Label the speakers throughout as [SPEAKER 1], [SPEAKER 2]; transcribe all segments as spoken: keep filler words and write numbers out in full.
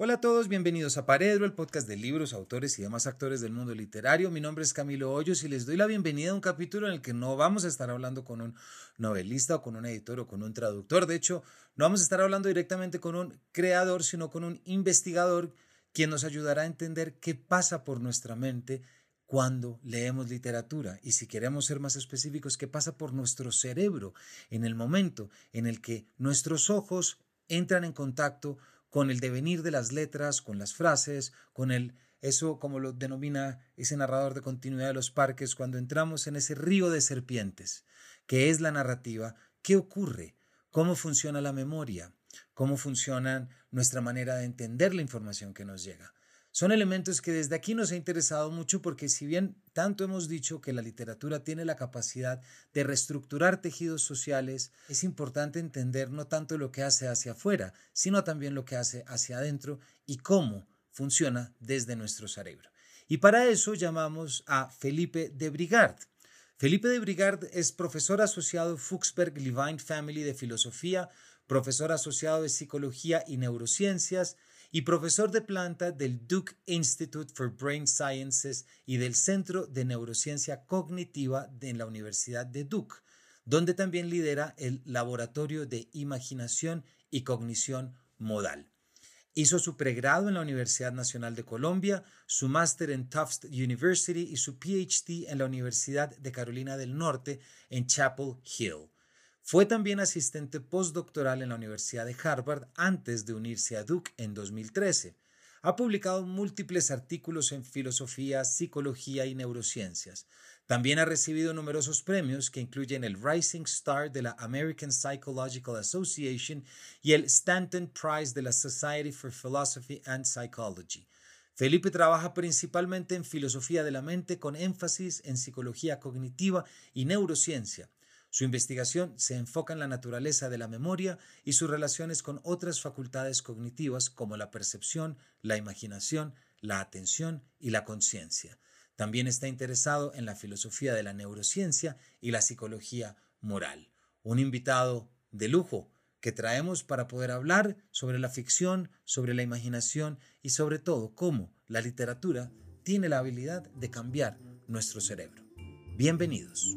[SPEAKER 1] Hola a todos, bienvenidos a Paredro, el podcast de libros, autores y demás actores del mundo literario. Mi nombre es Camilo Hoyos y les doy la bienvenida a un capítulo en el que no vamos a estar hablando con un novelista o con un editor o con un traductor. De hecho, no vamos a estar hablando directamente con un creador, sino con un investigador quien nos ayudará a entender qué pasa por nuestra mente cuando leemos literatura y, si queremos ser más específicos, qué pasa por nuestro cerebro en el momento en el que nuestros ojos entran en contacto con el devenir de las letras, con las frases, con el, eso como lo denomina ese narrador de continuidad de los parques, cuando entramos en ese río de serpientes, que es la narrativa. ¿Qué ocurre? ¿Cómo funciona la memoria? ¿Cómo funciona nuestra manera de entender la información que nos llega? Son elementos que desde aquí nos ha interesado mucho porque, si bien tanto hemos dicho que la literatura tiene la capacidad de reestructurar tejidos sociales, es importante entender no tanto lo que hace hacia afuera, sino también lo que hace hacia adentro y cómo funciona desde nuestro cerebro. Y para eso llamamos a Felipe de Brigard. Felipe de Brigard es profesor asociado Fuchsberg Levine Family de Filosofía, profesor asociado de Psicología y Neurociencias, y profesor de planta del Duke Institute for Brain Sciences y del Centro de Neurociencia Cognitiva de la Universidad de Duke, donde también lidera el Laboratorio de Imaginación y Cognición Modal. Hizo su pregrado en la Universidad Nacional de Colombia, su máster en Tufts University y su P H D en la Universidad de Carolina del Norte en Chapel Hill. Fue también asistente postdoctoral en la Universidad de Harvard antes de unirse a Duke en dos mil trece. Ha publicado múltiples artículos en filosofía, psicología y neurociencias. También ha recibido numerosos premios que incluyen el Rising Star de la American Psychological Association y el Stanton Prize de la Society for Philosophy and Psychology. Felipe trabaja principalmente en filosofía de la mente con énfasis en psicología cognitiva y neurociencia. Su investigación se enfoca en la naturaleza de la memoria y sus relaciones con otras facultades cognitivas como la percepción, la imaginación, la atención y la conciencia. También está interesado en la filosofía de la neurociencia y la psicología moral. Un invitado de lujo que traemos para poder hablar sobre la ficción, sobre la imaginación y sobre todo cómo la literatura tiene la habilidad de cambiar nuestro cerebro. Bienvenidos.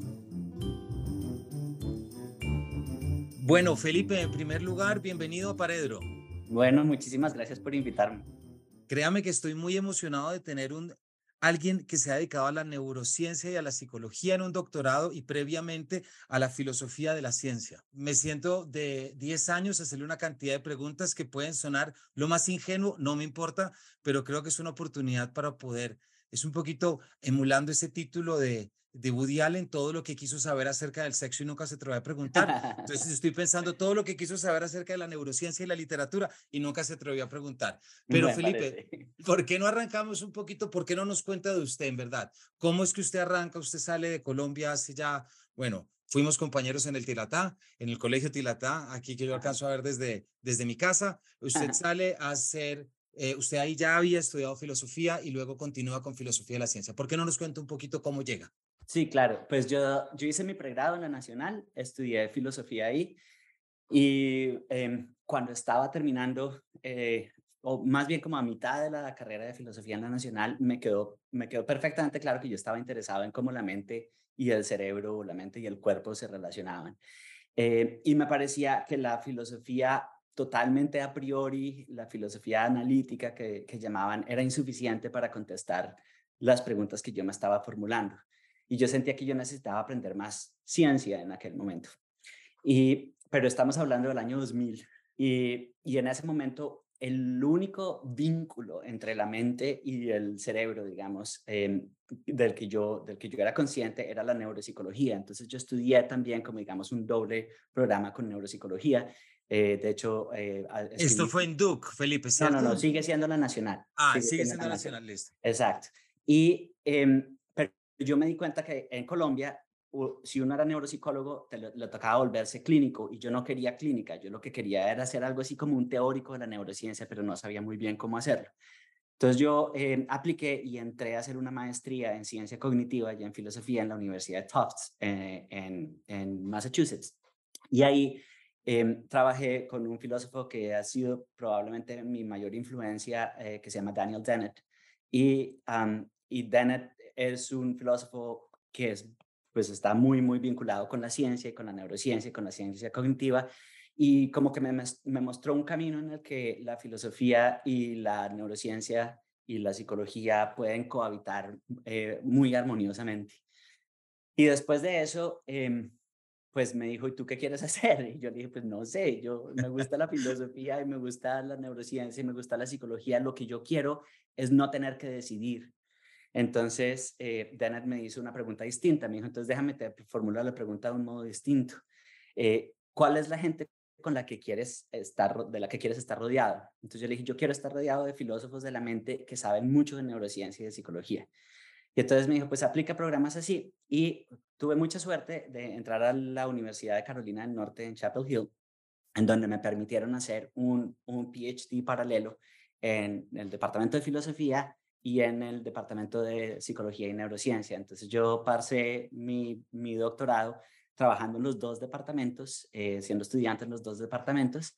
[SPEAKER 1] Bueno, Felipe, en primer lugar, bienvenido a Paredro.
[SPEAKER 2] Bueno, muchísimas gracias por invitarme.
[SPEAKER 1] Créame que estoy muy emocionado de tener un alguien que se ha dedicado a la neurociencia y a la psicología en un doctorado y previamente a la filosofía de la ciencia. Me siento de diez años a hacerle una cantidad de preguntas que pueden sonar lo más ingenuo, no me importa, pero creo que es una oportunidad para poder, es un poquito emulando ese título de, de Woody Allen, todo lo que quiso saber acerca del sexo y nunca se atrevió a preguntar. Entonces estoy pensando todo lo que quiso saber acerca de la neurociencia y la literatura y nunca se atrevió a preguntar. Pero
[SPEAKER 2] Me
[SPEAKER 1] Felipe,
[SPEAKER 2] parece.
[SPEAKER 1] ¿por qué no arrancamos un poquito? ¿Por qué no nos cuenta de usted, en verdad? ¿Cómo es que usted arranca? Usted sale de Colombia hace ya, bueno, fuimos compañeros en el Tilatá, en el colegio Tilatá, aquí que yo
[SPEAKER 2] Ajá.
[SPEAKER 1] alcanzo a ver desde, desde mi casa. Usted sale a hacer, eh, usted ahí ya había estudiado filosofía y luego continúa con filosofía de la ciencia. ¿Por qué no nos cuenta un poquito cómo llega?
[SPEAKER 2] Sí, claro. Pues yo, yo hice mi pregrado en la Nacional, estudié filosofía ahí y em, cuando estaba terminando, eh, o más bien como a mitad de la carrera de filosofía en la Nacional, me quedó, me quedó perfectamente claro que yo estaba interesado en cómo la mente y el cerebro, o la mente y el cuerpo se relacionaban. Eh, y me parecía que la filosofía totalmente a priori, la filosofía analítica que, que llamaban, era insuficiente para contestar las preguntas que yo me estaba formulando. Y yo sentía que yo necesitaba aprender más ciencia en aquel momento. Y, pero estamos hablando del año dos mil y, y en ese momento el único vínculo entre la mente y el cerebro, digamos, eh, del, que yo, del que yo era consciente era la neuropsicología. Entonces yo estudié también como, digamos, un doble programa con neuropsicología. Eh, de hecho, eh,
[SPEAKER 1] Esto
[SPEAKER 2] escribí...
[SPEAKER 1] fue en Duke, Felipe,
[SPEAKER 2] No, no,
[SPEAKER 1] ¿cierto?
[SPEAKER 2] no, sigue siendo la nacional.
[SPEAKER 1] Ah,
[SPEAKER 2] Sigue
[SPEAKER 1] sigue
[SPEAKER 2] siendo
[SPEAKER 1] siendo
[SPEAKER 2] la nacional.
[SPEAKER 1] nacional, listo.
[SPEAKER 2] Exacto. Y eh, pero yo me di cuenta que en Colombia, u- si uno era neuropsicólogo, te lo- le tocaba volverse clínico y yo no quería clínica, yo lo que quería era hacer algo así como un teórico de la neurociencia, pero no sabía muy bien cómo hacerlo. Entonces yo eh, apliqué y entré a hacer una maestría en ciencia cognitiva y en filosofía en la Universidad de Tufts, eh, en, en Massachusetts. Y ahí Eh, trabajé con un filósofo que ha sido probablemente mi mayor influencia, eh, que se llama Daniel Dennett. Y, um, y Dennett es un filósofo que es, pues está muy, muy vinculado con la ciencia y con la neurociencia y con la ciencia cognitiva. Y como que me, me mostró un camino en el que la filosofía y la neurociencia y la psicología pueden cohabitar eh, muy armoniosamente. Y después de eso, eh, pues me dijo, ¿y tú qué quieres hacer? Y yo le dije, pues no sé, yo me gusta la filosofía y me gusta la neurociencia y me gusta la psicología. Lo que yo quiero es no tener que decidir. Entonces, eh, Dennett me hizo una pregunta distinta. Me dijo, entonces déjame te formular la pregunta de un modo distinto. Eh, ¿Cuál es la gente con la que quieres estar, de la que quieres estar rodeado? Entonces yo le dije, yo quiero estar rodeado de filósofos de la mente que saben mucho de neurociencia y de psicología. Y entonces me dijo, pues aplica programas así. Y tuve mucha suerte de entrar a la Universidad de Carolina del Norte en Chapel Hill, en donde me permitieron hacer un, un PhD paralelo en el departamento de filosofía y en el departamento de psicología y neurociencia. Entonces yo pasé mi, mi doctorado trabajando en los dos departamentos, eh, siendo estudiante en los dos departamentos,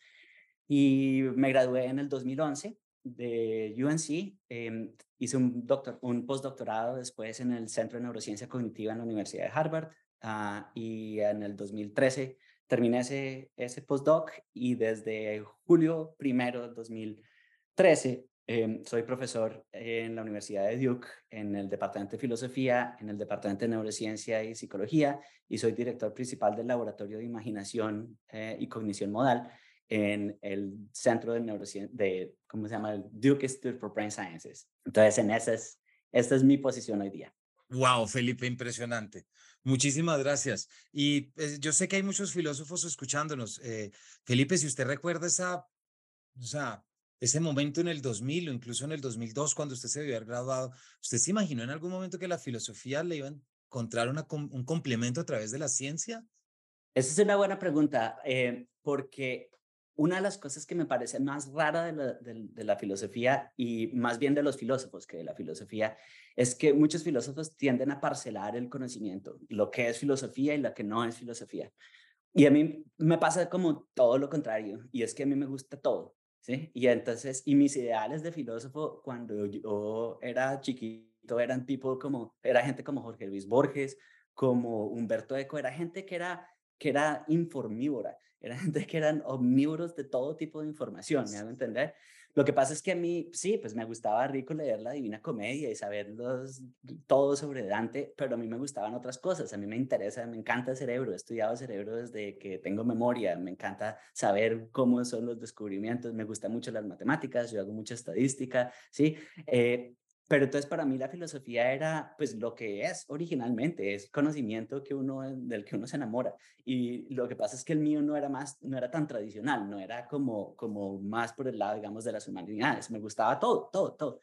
[SPEAKER 2] y me gradué en el dos mil once de U N C. Eh, hice un, doctor, un postdoctorado después en el Centro de Neurociencia Cognitiva en la Universidad de Harvard, uh, y en el dos mil trece terminé ese, ese postdoc, y desde julio primero del dos mil trece eh, soy profesor en la Universidad de Duke, en el Departamento de Filosofía, en el Departamento de Neurociencia y Psicología, y soy director principal del Laboratorio de Imaginación eh, y Cognición Modal en el Centro de Neurociencia, de, ¿cómo se llama? El Duke Institute for Brain Sciences. Entonces, en ese es, esta es mi posición hoy día.
[SPEAKER 1] Wow, Felipe, impresionante. Muchísimas gracias. Y eh, yo sé que hay muchos filósofos escuchándonos. Eh, Felipe, si usted recuerda esa, o sea, ese momento en el dos mil o incluso en el dos mil dos, cuando usted se debió haber graduado, ¿usted se imaginó en algún momento que la filosofía le iba a encontrar una, com- un complemento a través de la ciencia?
[SPEAKER 2] Esa es una buena pregunta, eh, porque una de las cosas que me parece más rara de la, de, de la filosofía, y más bien de los filósofos que de la filosofía, es que muchos filósofos tienden a parcelar el conocimiento, lo que es filosofía y lo que no es filosofía. Y a mí me pasa como todo lo contrario, y es que a mí me gusta todo, ¿sí? Y entonces, y mis ideales de filósofo cuando yo era chiquito eran tipo como, era gente como Jorge Luis Borges, como Humberto Eco, era gente que era, que era informívora, era gente que eran omnívoros de todo tipo de información, ¿me hago entender? Lo que pasa es que a mí, sí, pues me gustaba rico leer la Divina Comedia y saber los, todo sobre Dante, pero a mí me gustaban otras cosas. A mí me interesa, me encanta el cerebro. He estudiado cerebro desde que tengo memoria. Me encanta saber cómo son los descubrimientos. Me gustan mucho las matemáticas. Yo hago mucha estadística, ¿sí? Eh, pero entonces para mí la filosofía era pues lo que es originalmente, es conocimiento que uno, del que uno se enamora. Y lo que pasa es que el mío no era más, no era tan tradicional, no era como, como más por el lado, digamos, de las humanidades. Me gustaba todo, todo, todo.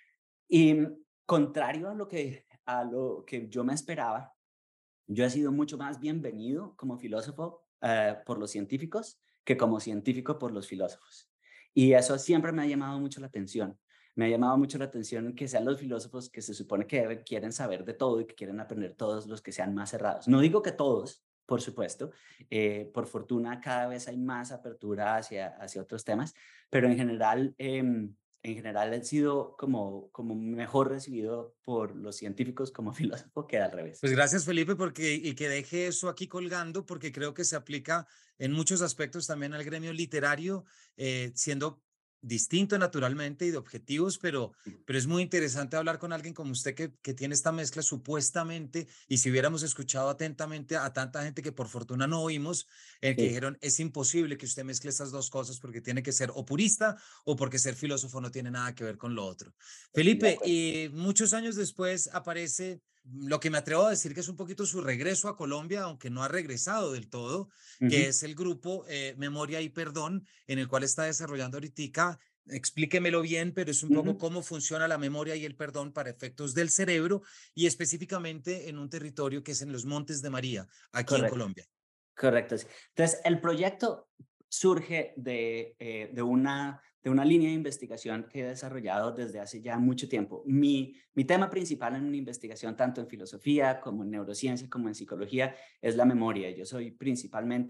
[SPEAKER 2] Y contrario a lo que, a lo que yo me esperaba, yo he sido mucho más bienvenido como filósofo eh, por los científicos que como científico por los filósofos. Y eso siempre me ha llamado mucho la atención. Me ha llamado mucho la atención que sean los filósofos que se supone que deben, quieren saber de todo y que quieren aprender todos, los que sean más cerrados. No digo que todos, por supuesto. Eh, por fortuna cada vez hay más apertura hacia, hacia otros temas, pero en general... Eh, en general he sido como, como mejor recibido por los científicos como filósofo que al revés.
[SPEAKER 1] Pues gracias, Felipe, porque y que deje eso aquí colgando, porque creo que se aplica en muchos aspectos también al gremio literario, eh, siendo distinto naturalmente y de objetivos, pero, pero es muy interesante hablar con alguien como usted que, que tiene esta mezcla supuestamente, y si hubiéramos escuchado atentamente a tanta gente que por fortuna no oímos, eh, que
[SPEAKER 2] Sí,
[SPEAKER 1] dijeron, es imposible que usted mezcle estas dos cosas porque tiene que ser o purista o porque ser filósofo no tiene nada que ver con lo otro.
[SPEAKER 2] de
[SPEAKER 1] Felipe,
[SPEAKER 2] acuerdo.
[SPEAKER 1] y muchos años después aparece lo que me atrevo a decir que es un poquito su regreso a Colombia, aunque no ha regresado del todo, que
[SPEAKER 2] Ujú,
[SPEAKER 1] es el grupo eh, Memoria y Perdón, en el cual está desarrollando ahorita. Explíquemelo bien, pero es un poco
[SPEAKER 2] ujú.
[SPEAKER 1] cómo funciona la memoria y el perdón para efectos del cerebro y específicamente en un territorio que es en los Montes de María, aquí en
[SPEAKER 2] Correcto,
[SPEAKER 1] Colombia.
[SPEAKER 2] correcto. Sí. Entonces, el proyecto surge de, eh, de, una, de una línea de investigación que he desarrollado desde hace ya mucho tiempo. Mi, mi tema principal en una investigación, tanto en filosofía como en neurociencia como en psicología, es la memoria. Yo soy principalmente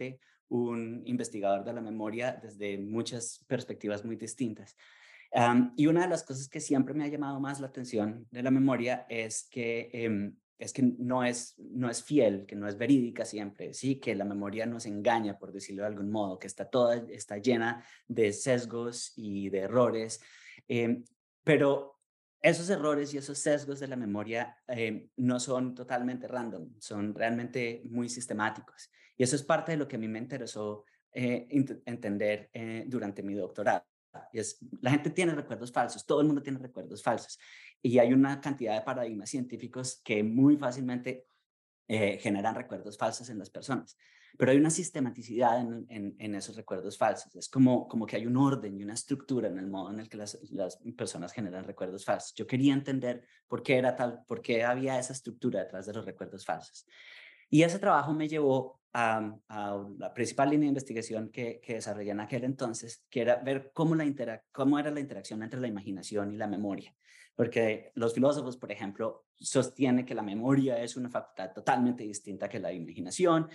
[SPEAKER 2] un investigador de la memoria desde muchas perspectivas muy distintas. Um, y una de las cosas que siempre me ha llamado más la atención de la memoria es que, um, es que no, es, no es fiel, que no es verídica siempre, ¿sí? Que la memoria nos engaña, por decirlo de algún modo, que está toda, está llena de sesgos y de errores. Um, pero esos errores y esos sesgos de la memoria eh, no son totalmente random, son realmente muy sistemáticos. Y eso es parte de lo que a mí me interesó eh, entender eh, durante mi doctorado. Y es, la gente tiene recuerdos falsos, todo el mundo tiene recuerdos falsos. Y hay una cantidad de paradigmas científicos que muy fácilmente eh, generan recuerdos falsos en las personas. Pero hay una sistematicidad en, en, en esos recuerdos falsos. Es como, como que hay un orden y una estructura en el modo en el que las, las personas generan recuerdos falsos. Yo quería entender por qué era tal, por qué había esa estructura detrás de los recuerdos falsos. Y ese trabajo me llevó a, a la principal línea de investigación que, que desarrollé en aquel entonces, que era ver cómo, la intera cómo era la interacción entre la imaginación y la memoria. Porque los filósofos, por ejemplo, sostienen que la memoria es una facultad totalmente distinta que la imaginación,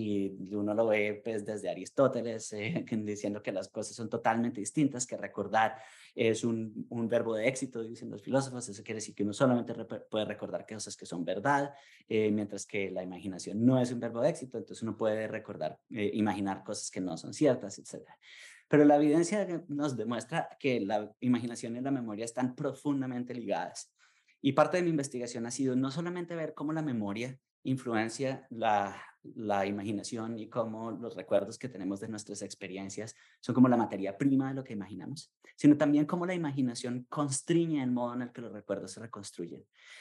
[SPEAKER 2] y uno lo ve pues, desde Aristóteles eh, diciendo que las cosas son totalmente distintas, que recordar es un, un verbo de éxito, dicen los filósofos. Eso quiere decir que uno solamente puede recordar cosas que son verdad, eh, mientras que la imaginación no es un verbo de éxito, entonces uno puede recordar, eh, imaginar cosas que no son ciertas, etcétera. Pero la evidencia nos demuestra que la imaginación y la memoria están profundamente ligadas. Y parte de mi investigación ha sido no solamente ver cómo la memoria influencia la, la imaginación y cómo los recuerdos que tenemos de nuestras experiencias son como la materia prima de lo que imaginamos, sino también cómo la imaginación constriñe el modo en el que los recuerdos se reconstruyen.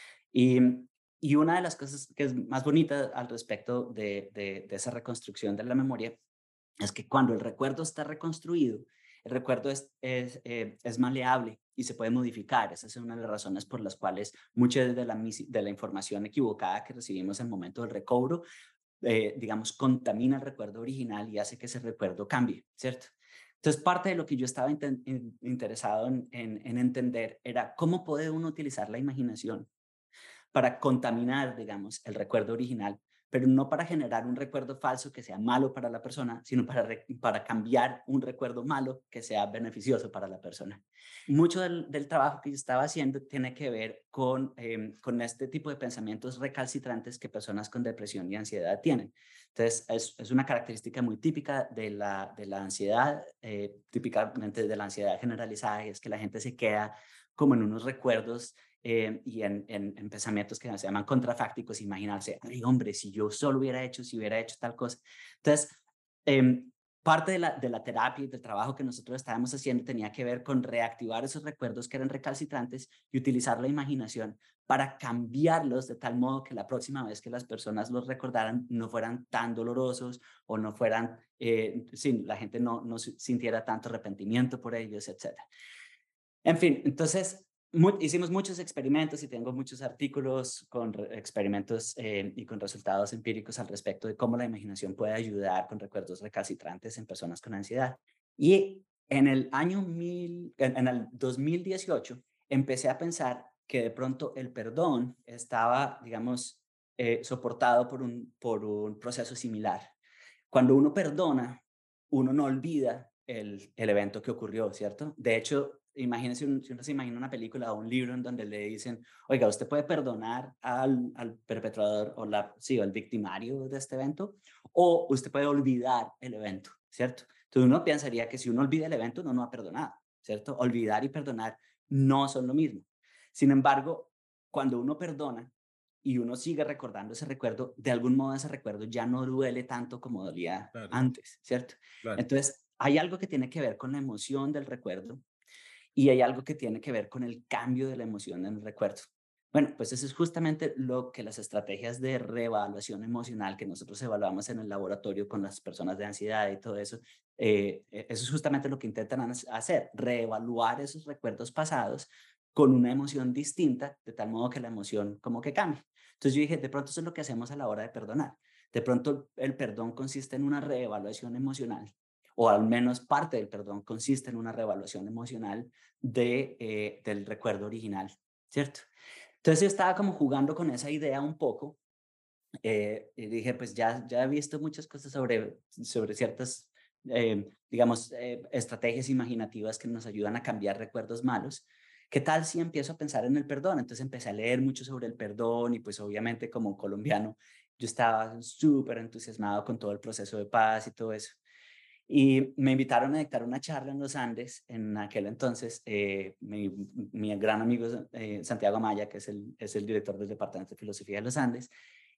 [SPEAKER 2] Y, y una de las cosas que es más bonita al respecto de, de, de esa reconstrucción de la memoria es que cuando el recuerdo está reconstruido, el recuerdo es, es, eh, es maleable y se puede modificar. Esa es una de las razones por las cuales mucha de la, de la información equivocada que recibimos en el momento del recobro, eh, digamos, contamina el recuerdo original y hace que ese recuerdo cambie, ¿cierto? Entonces, parte de lo que yo estaba in in interesado en, en, en entender era cómo puede uno utilizar la imaginación para contaminar, digamos, el recuerdo original, pero no para generar un recuerdo falso que sea malo para la persona, sino para, para cambiar un recuerdo malo que sea beneficioso para la persona. Mucho del, del trabajo que yo estaba haciendo tiene que ver con, eh, con este tipo de pensamientos recalcitrantes que personas con depresión y ansiedad tienen. Entonces, es, es una característica muy típica de la, de la ansiedad, eh, típicamente de la ansiedad generalizada, y es que la gente se queda como en unos recuerdos eh, y en, en, en pensamientos que se llaman contrafácticos, imaginarse, ay hombre, si yo solo hubiera hecho, si hubiera hecho tal cosa. Entonces, eh, parte de la, de la terapia y del trabajo que nosotros estábamos haciendo tenía que ver con reactivar esos recuerdos que eran recalcitrantes y utilizar la imaginación para cambiarlos de tal modo que la próxima vez que las personas los recordaran no fueran tan dolorosos o no fueran, eh, sí, la gente no, no sintiera tanto arrepentimiento por ellos, etcétera. En fin, entonces mu hicimos muchos experimentos y tengo muchos artículos con experimentos eh, y con resultados empíricos al respecto de cómo la imaginación puede ayudar con recuerdos recalcitrantes en personas con ansiedad. Y en el año mil, en, en el dos mil dieciocho empecé a pensar que de pronto el perdón estaba, digamos, eh, soportado por un, por un proceso similar. Cuando uno perdona, uno no olvida el, el evento que ocurrió, ¿cierto? De hecho, imagínense, un, si uno se imagina una película o un libro en donde le dicen, oiga, usted puede perdonar al, al perpetrador o, la, sí, o al victimario de este evento, o usted puede olvidar el evento, ¿cierto? Entonces uno pensaría que si uno olvida el evento, uno no ha perdonado, ¿cierto? Olvidar y perdonar no son lo mismo. Sin embargo, cuando uno perdona y uno sigue recordando ese recuerdo, de algún modo ese recuerdo ya no duele tanto como dolía
[SPEAKER 1] Claro,
[SPEAKER 2] antes, ¿cierto?
[SPEAKER 1] claro.
[SPEAKER 2] Entonces, hay algo que tiene que ver con la emoción del recuerdo y hay algo que tiene que ver con el cambio de la emoción en el recuerdo. Bueno, pues eso es justamente lo que las estrategias de reevaluación emocional que nosotros evaluamos en el laboratorio con las personas de ansiedad y todo eso, eh, eso es justamente lo que intentan hacer, reevaluar esos recuerdos pasados con una emoción distinta, de tal modo que la emoción como que cambie. Entonces yo dije, de pronto eso es lo que hacemos a la hora de perdonar. De pronto el perdón consiste en una reevaluación emocional, o al menos parte del perdón consiste en una reevaluación emocional de, eh, del recuerdo original, ¿cierto? Entonces yo estaba como jugando con esa idea un poco eh, y dije, pues ya, ya he visto muchas cosas sobre, sobre ciertas, eh, digamos, eh, estrategias imaginativas que nos ayudan a cambiar recuerdos malos. ¿Qué tal si empiezo a pensar en el perdón? Entonces empecé a leer mucho sobre el perdón y pues obviamente como colombiano yo estaba súper entusiasmado con todo el proceso de paz y todo eso. Y me invitaron a dictar una charla en los Andes. En aquel entonces, eh, mi, mi gran amigo eh, Santiago Amaya, que es el, es el director del Departamento de Filosofía de los Andes,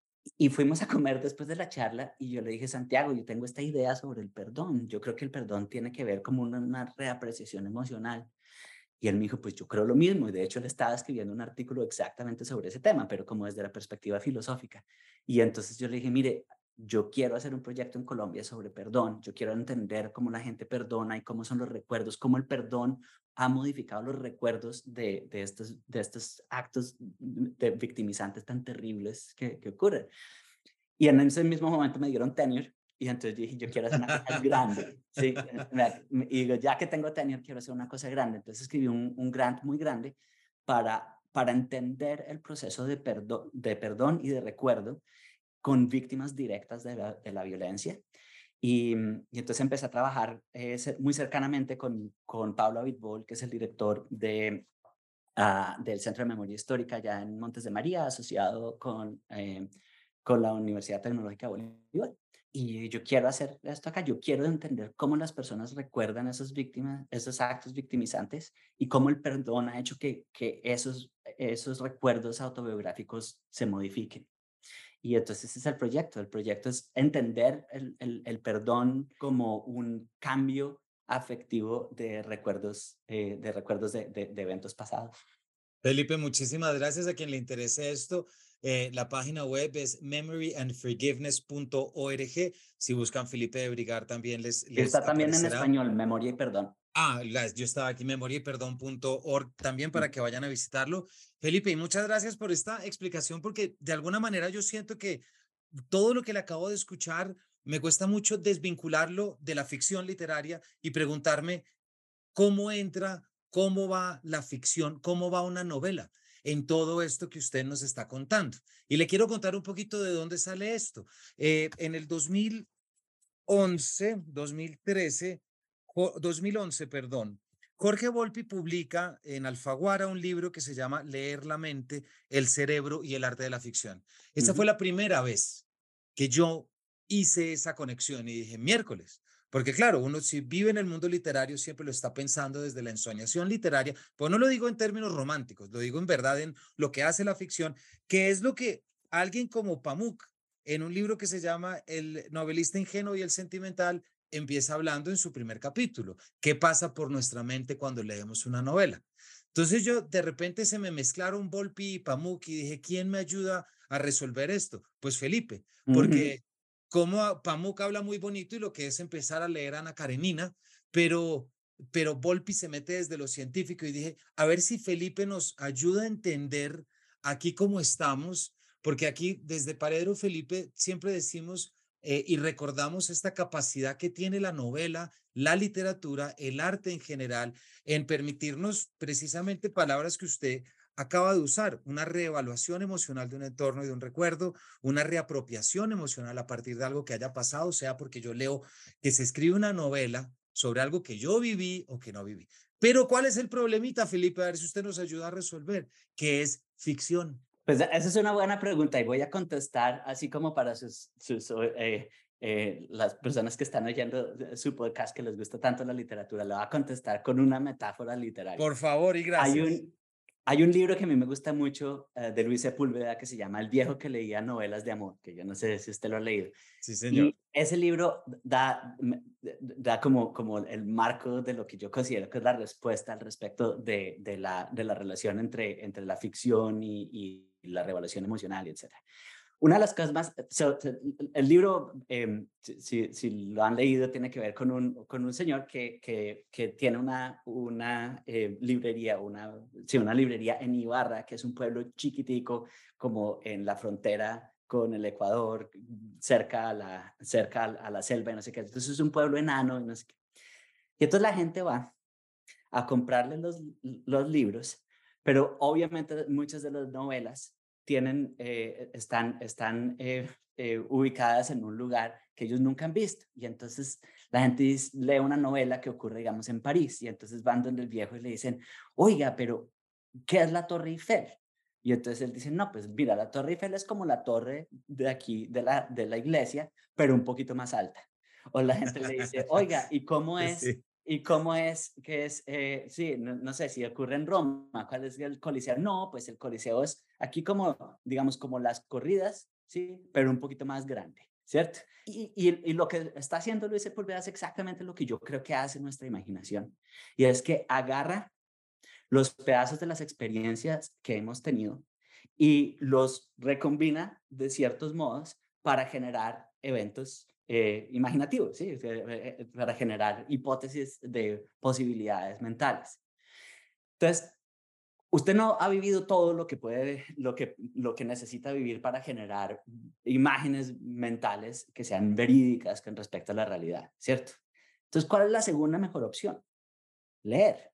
[SPEAKER 2] y fuimos a comer después de la charla y yo le dije, Santiago, yo tengo esta idea sobre el perdón. Yo creo que el perdón tiene que ver como una, una reapreciación emocional. Y él me dijo, pues yo creo lo mismo. Y de hecho él estaba escribiendo un artículo exactamente sobre ese tema, pero como desde la perspectiva filosófica. Y entonces yo le dije, mire, yo quiero hacer un proyecto en Colombia sobre perdón. Yo quiero entender cómo la gente perdona y cómo son los recuerdos, cómo el perdón ha modificado los recuerdos de, de, estos, de estos actos de victimizantes tan terribles que, que ocurren. Y en ese mismo momento me dieron tenure y entonces dije, yo quiero hacer una cosa grande, ¿sí? Y digo, ya que tengo tenure, quiero hacer una cosa grande. Entonces escribí un, un grant muy grande para, para entender el proceso de, perdo, de perdón y de recuerdo con víctimas directas de la, de la violencia. Y, y, entonces empecé a trabajar eh, muy cercanamente con, con Pablo Abitbol, que es el director de, uh, del Centro de Memoria Histórica allá en Montes de María, asociado con, eh, con la Universidad Tecnológica de Bolívar. Y yo quiero hacer esto acá, yo quiero entender cómo las personas recuerdan esas víctimas, esos actos victimizantes y cómo el perdón ha hecho que, que esos, esos recuerdos autobiográficos se modifiquen. Y entonces ese es el proyecto. El proyecto es entender el, el, el perdón como un cambio afectivo de recuerdos, eh, de, recuerdos de, de, de eventos pasados.
[SPEAKER 1] Felipe, muchísimas gracias a quien le interese esto. Eh, la página web es memory and forgiveness punto org. Si buscan Felipe de Brigar también les, les
[SPEAKER 2] Está también en
[SPEAKER 1] aparecerá.
[SPEAKER 2] español, Memoria y Perdón.
[SPEAKER 1] Ah, las- yo estaba aquí, memoria y perdón punto org también para que vayan a visitarlo. Felipe, y muchas gracias por esta explicación, porque de alguna manera yo siento que todo lo que le acabo de escuchar me cuesta mucho desvincularlo de la ficción literaria y preguntarme cómo entra, cómo va la ficción, cómo va una novela en todo esto que usted nos está contando. Y le quiero contar un poquito de dónde sale esto. Eh, en el dos mil once, dos mil trece, dos mil once, perdón, Jorge Volpi publica en Alfaguara un libro que se llama Leer la mente, el cerebro y el arte de la ficción. Esa fue
[SPEAKER 2] Ujú.
[SPEAKER 1] la primera vez que yo hice esa conexión y dije, miércoles, porque claro, uno si vive en el mundo literario siempre lo está pensando desde la ensoñación literaria, pues no lo digo en términos románticos, lo digo en verdad en lo que hace la ficción, que es lo que alguien como Pamuk en un libro que se llama El novelista ingenuo y el sentimental, empieza hablando en su primer capítulo, qué pasa por nuestra mente cuando leemos una novela. Entonces yo de repente se me mezclaron Volpi y Pamuk y dije, ¿quién me ayuda a resolver esto? Pues Felipe,
[SPEAKER 2] Ujú.
[SPEAKER 1] porque como Pamuk habla muy bonito y lo que es empezar a leer a Ana Karenina, pero pero Volpi se mete desde lo científico y dije, a ver si Felipe nos ayuda a entender aquí cómo estamos, porque aquí desde Paredro Felipe siempre decimos eh, y recordamos esta capacidad que tiene la novela, la literatura, el arte en general, en permitirnos precisamente palabras que usted acaba de usar, una reevaluación emocional de un entorno y de un recuerdo, una reapropiación emocional a partir de algo que haya pasado, sea porque yo leo que se escribe una novela sobre algo que yo viví o que no viví. Pero ¿cuál es el problemita, Felipe? A ver si usted nos ayuda a resolver, que es ficción.
[SPEAKER 2] Pues esa es una buena pregunta y voy a contestar así como para sus, sus eh, eh, las personas que están oyendo su podcast que les gusta tanto la literatura, le voy a contestar con una metáfora literaria.
[SPEAKER 1] Por favor y
[SPEAKER 2] Hay
[SPEAKER 1] gracias.
[SPEAKER 2] un, hay un libro que a mí me gusta mucho uh, de Luis Sepúlveda que se llama El viejo que leía novelas de amor, que yo no sé si usted lo ha leído.
[SPEAKER 1] Sí, señor.
[SPEAKER 2] Y ese libro da, da como, como el marco de lo que yo considero que es la respuesta al respecto de, de, la, de la relación entre, entre la ficción y, y la revelación emocional, etcétera. Una de las cosas más, so, so, el libro, eh, si, si, lo han leído, tiene que ver con un, con un señor que, que, que tiene una, una eh, librería, una, sí, una librería en Ibarra, que es un pueblo chiquitico, como en la frontera con el Ecuador, cerca a la, cerca a la selva y no sé qué. Entonces es un pueblo enano y no sé qué. Y entonces la gente va a comprarle los, los libros, pero obviamente muchas de las novelas tienen, eh, están, están eh, eh, ubicadas en un lugar que ellos nunca han visto. Y entonces la gente dice, lee una novela que ocurre, digamos, en París, y entonces van donde el viejo y le dicen, oiga, pero ¿qué es la Torre Eiffel? Y entonces él dice, no, pues mira, la Torre Eiffel es como la torre de aquí, de la, de la iglesia, pero un poquito más alta. O la gente le dice, oiga, ¿y cómo es?
[SPEAKER 1] Sí.
[SPEAKER 2] ¿Y cómo es que es? Eh, sí, no, no sé si ocurre en Roma, ¿cuál es el Coliseo? No, pues el Coliseo es aquí como, digamos, como las corridas, sí, pero un poquito más grande, ¿cierto? Y, y, y lo que está haciendo Luis Sepúlveda es exactamente lo que yo creo que hace nuestra imaginación, y es que agarra los pedazos de las experiencias que hemos tenido y los recombina de ciertos modos para generar eventos eh, imaginativos, ¿sí? Eh, eh, para generar hipótesis de posibilidades mentales. Entonces, usted no ha vivido todo lo que puede, lo que, lo que necesita vivir para generar imágenes mentales que sean verídicas con respecto a la realidad, ¿cierto? Entonces, ¿cuál es la segunda mejor opción? Leer.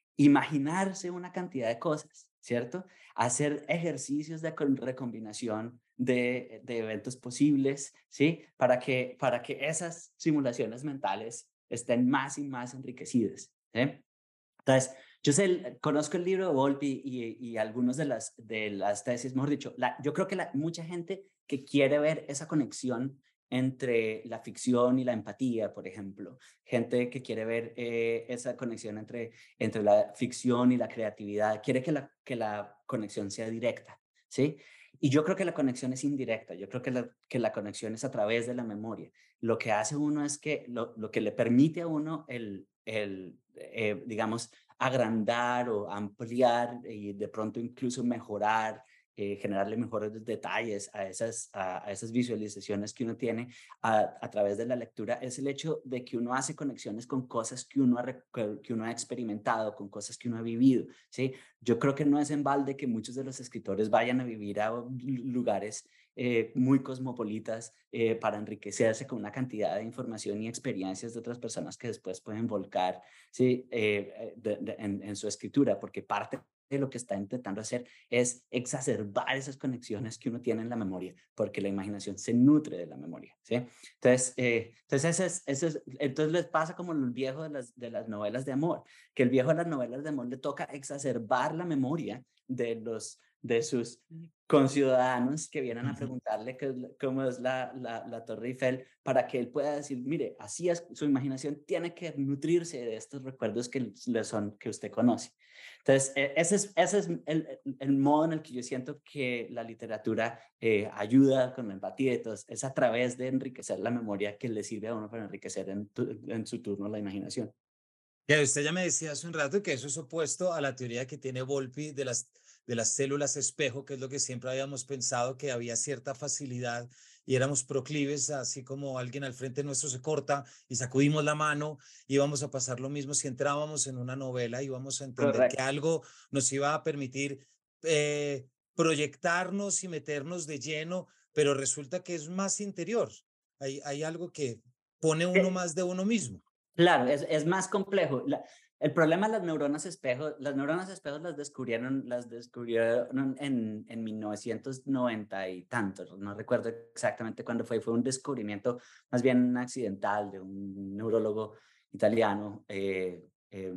[SPEAKER 2] Imaginarse una cantidad de cosas, ¿cierto? Hacer ejercicios de recombinación de, de eventos posibles, ¿sí? Para que, para que esas simulaciones mentales estén más y más enriquecidas, ¿sí? Entonces, yo sé, conozco el libro de Volpi y, y algunos de las, de las tesis, mejor dicho, la, yo creo que la, mucha gente que quiere ver esa conexión entre la ficción y la empatía, por ejemplo, gente que quiere ver eh, esa conexión entre, entre la ficción y la creatividad, quiere que la, que la conexión sea directa, ¿sí? Y yo creo que la conexión es indirecta, yo creo que la, que la conexión es a través de la memoria. Lo que hace uno es que, lo, lo que le permite a uno el, el eh, digamos, agrandar o ampliar y de pronto incluso mejorar, eh, generarle mejores detalles a esas, a, a esas visualizaciones que uno tiene a, a través de la lectura, es el hecho de que uno hace conexiones con cosas que uno ha, que uno ha experimentado, con cosas que uno ha vivido, ¿sí? Yo creo que no es en balde que muchos de los escritores vayan a vivir a lugares eh, muy cosmopolitas eh, para enriquecerse con una cantidad de información y experiencias de otras personas que después pueden volcar, ¿sí? eh, de, de, en, en su escritura, porque parte de lo que está intentando hacer es exacerbar esas conexiones que uno tiene en la memoria, porque la imaginación se nutre de la memoria, ¿sí? Entonces, eh, entonces, ese es, ese es, entonces les pasa como el viejo de las, de las novelas de amor, que el viejo de las novelas de amor le toca exacerbar la memoria de los de sus conciudadanos que vienen a preguntarle qué, cómo es la, la, la Torre Eiffel, para que él pueda decir, mire, así es, su imaginación tiene que nutrirse de estos recuerdos que le son, que usted conoce. Entonces, ese es, ese es el, el modo en el que yo siento que la literatura eh, ayuda con la empatía y todo, es a través de enriquecer la memoria que le sirve a uno para enriquecer en, tu, en su turno la imaginación.
[SPEAKER 1] Que usted ya me decía hace un rato que eso es opuesto a la teoría que tiene Volpi de las, de las células espejo, que es lo que siempre habíamos pensado, que había cierta facilidad y éramos proclives, así como alguien al frente nuestro se corta y sacudimos la mano, íbamos a pasar lo mismo si entrábamos en una novela, íbamos a entender que
[SPEAKER 2] Correcto.
[SPEAKER 1] algo nos iba a permitir eh, proyectarnos y meternos de lleno, pero resulta que es más interior. Hay, hay algo que pone uno más de uno mismo.
[SPEAKER 2] Claro, es, es más complejo. La, el problema de las neuronas espejo, las neuronas espejo las descubrieron, las descubrieron en, en mil novecientos noventa y tantos, no recuerdo exactamente cuándo fue, fue un descubrimiento más bien accidental de un neurólogo italiano. Eh, eh,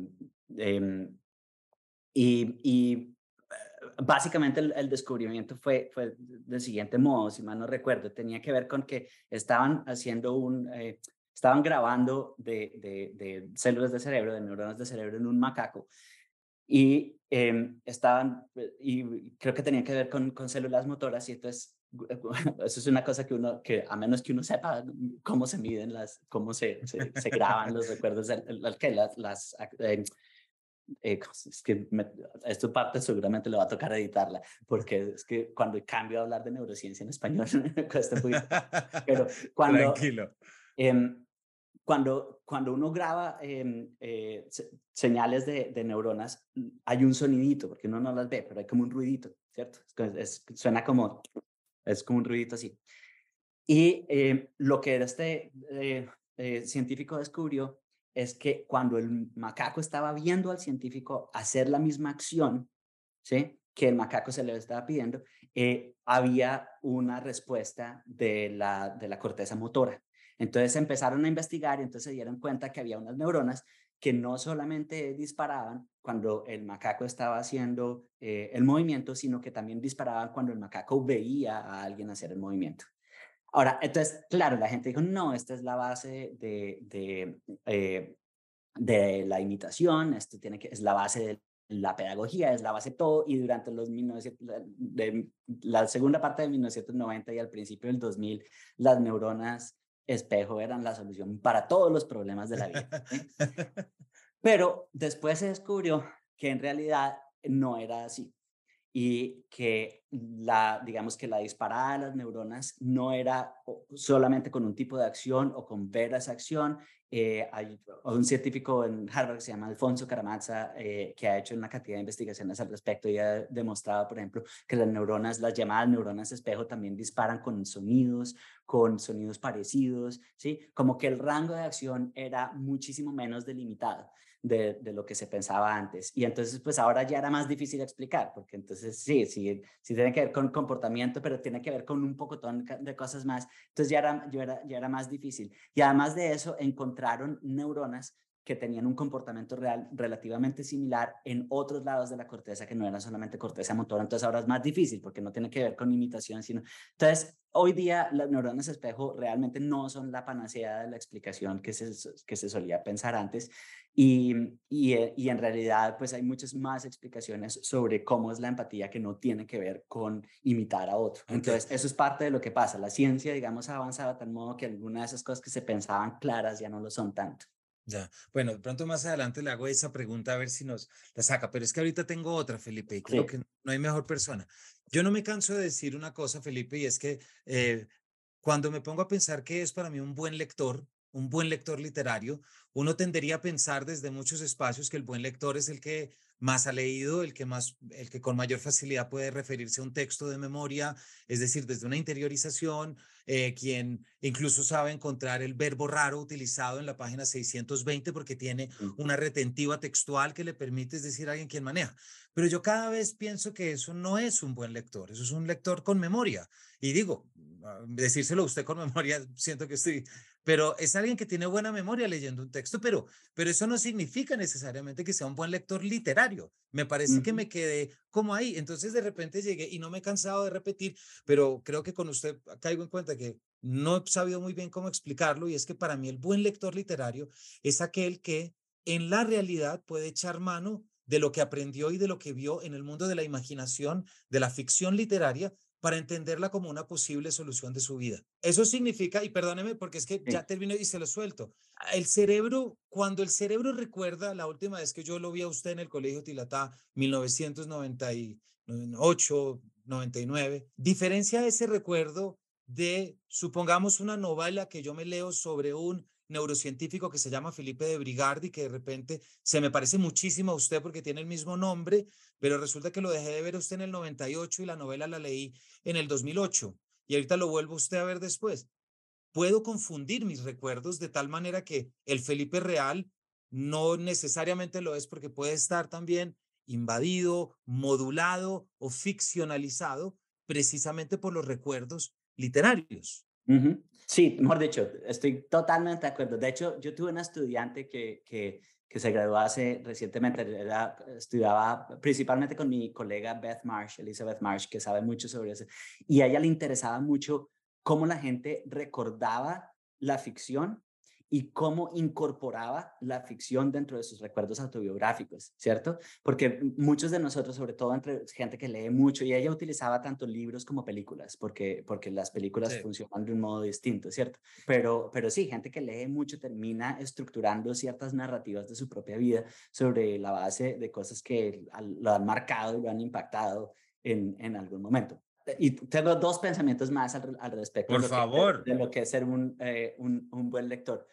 [SPEAKER 2] eh, y, y básicamente el, el, descubrimiento fue, fue del siguiente modo, si mal no recuerdo, tenía que ver con que estaban haciendo un, eh, estaban grabando de, de, de, células de cerebro, de neuronas de cerebro en un macaco y eh, estaban, y creo que tenía que ver con, con células motoras y entonces eso es una cosa que uno, que a menos que uno sepa cómo se miden las, cómo se, se, se graban los recuerdos, que las, las eh, eh, es que me, esta parte seguramente le va a tocar editarla, porque es que cuando cambio a hablar de neurociencia en español me cuesta un poquito. Pero cuando,
[SPEAKER 1] Tranquilo.
[SPEAKER 2] eh, cuando, cuando uno graba eh, eh, señales de, de neuronas, hay un sonidito, porque uno no las ve, pero hay como un ruidito, ¿cierto? Es, es, suena como, es como un ruidito así. Y eh, lo que este eh, eh, científico descubrió es que cuando el macaco estaba viendo al científico hacer la misma acción, ¿sí? que el macaco se le estaba pidiendo, eh, había una respuesta de la, de la corteza motora. Entonces empezaron a investigar y entonces se dieron cuenta que había unas neuronas que no solamente disparaban cuando el macaco estaba haciendo eh, el movimiento, sino que también disparaban cuando el macaco veía a alguien hacer el movimiento. Ahora, entonces, claro, la gente dijo, no, esta es la base de, de, eh, de la imitación, esto tiene que, es la base de la pedagogía, es la base de todo, y durante los mil novecientos, de la segunda parte de mil novecientos noventa y al principio del dos mil, las neuronas espejo eran la solución para todos los problemas de la vida, ¿sí? Pero después se descubrió que en realidad no era así y que la, digamos que la disparada de las neuronas no era solamente con un tipo de acción o con ver esa acción. Eh, hay un científico en Harvard que se llama Alfonso Caramazza, eh, que ha hecho una cantidad de investigaciones al respecto y ha demostrado, por ejemplo, que las neuronas, las llamadas neuronas espejo, también disparan con sonidos, con sonidos parecidos, ¿sí? Como que el rango de acción era muchísimo menos delimitado de, de, lo que se pensaba antes. Y entonces, pues ahora ya era más difícil explicar, porque entonces sí, sí, sí tiene que ver con comportamiento, pero tiene que ver con un pocotón de cosas más. Entonces ya era, ya era, ya era más difícil. Y además de eso, encontraron neuronas que tenían un comportamiento real relativamente similar en otros lados de la corteza que no era solamente corteza motora. Entonces ahora es más difícil porque no tiene que ver con imitación, sino... Entonces, hoy día las neuronas espejo realmente no son la panacea de la explicación que se, que se solía pensar antes. Y, y, y, en realidad, pues hay muchas más explicaciones sobre cómo es la empatía que no tiene que ver con imitar a otro.
[SPEAKER 1] Ok.
[SPEAKER 2] Entonces, eso es parte de lo que pasa. La ciencia, digamos, ha avanzado de tal modo que algunas de esas cosas que se pensaban claras ya no lo son tanto.
[SPEAKER 1] Ya, bueno, de pronto más adelante le hago esa pregunta a ver si nos la saca, pero es que ahorita tengo otra, Felipe, y creo
[SPEAKER 2] Sí.
[SPEAKER 1] que no hay mejor persona. Yo no me canso de decir una cosa, Felipe, y es que eh, cuando me pongo a pensar qué es para mí un buen lector, un buen lector literario, uno tendería a pensar desde muchos espacios que el buen lector es el que más ha leído, el que más, el que con mayor facilidad puede referirse a un texto de memoria, es decir, desde una interiorización, eh, quien incluso sabe encontrar el verbo raro utilizado en la página seiscientos veinte porque tiene una retentiva textual que le permite, es decir, alguien quien maneja. Pero yo cada vez pienso que eso no es un buen lector, eso es un lector con memoria. Y digo, decírselo a usted con memoria, siento que estoy, pero es alguien que tiene buena memoria leyendo un texto, pero, pero eso no significa necesariamente que sea un buen lector literario. Me
[SPEAKER 2] Uh
[SPEAKER 1] parece que
[SPEAKER 2] -huh.
[SPEAKER 1] me quedé como ahí. Entonces de repente llegué y no me he cansado de repetir, pero creo que con usted caigo en cuenta que no he sabido muy bien cómo explicarlo y es que para mí el buen lector literario es aquel que en la realidad puede echar mano de lo que aprendió y de lo que vio en el mundo de la imaginación, de la ficción literaria, para entenderla como una posible solución de su vida. Eso significa, y perdóneme porque es que ya
[SPEAKER 2] Sí.
[SPEAKER 1] termino y se lo suelto, el cerebro, cuando el cerebro recuerda, la última vez que yo lo vi a usted en el Colegio Tilatá, mil novecientos noventa y ocho, noventa y nueve, diferencia ese recuerdo de, supongamos, una novela que yo me leo sobre un neurocientífico que se llama Felipe de Brigardi, que de repente se me parece muchísimo a usted porque tiene el mismo nombre, pero resulta que lo dejé de ver usted en el noventa y ocho y la novela la leí en el dos mil ocho y ahorita lo vuelvo usted a ver después. Puedo confundir mis recuerdos de tal manera que el Felipe real no necesariamente lo es porque puede estar también invadido, modulado o ficcionalizado precisamente por los recuerdos literarios.
[SPEAKER 2] Uh -huh. Sí, mejor dicho, estoy totalmente de acuerdo. De hecho, yo tuve una estudiante que, que, que se graduó hace recientemente, era, estudiaba principalmente con mi colega Beth Marsh, Elizabeth Marsh, que sabe mucho sobre eso, y a ella le interesaba mucho cómo la gente recordaba la ficción y cómo incorporaba la ficción dentro de sus recuerdos autobiográficos, ¿cierto? Porque muchos de nosotros, sobre todo entre gente que lee mucho, y ella utilizaba tanto libros como películas, porque, porque las películas
[SPEAKER 1] Sí.
[SPEAKER 2] funcionan de un modo distinto, ¿cierto? Pero, pero sí, gente que lee mucho termina estructurando ciertas narrativas de su propia vida sobre la base de cosas que lo han marcado y lo han impactado en, en algún momento. Y tengo dos pensamientos más al, al respecto de
[SPEAKER 1] Por
[SPEAKER 2] lo, que,
[SPEAKER 1] favor.
[SPEAKER 2] de lo que es ser un, eh, un, un buen lector.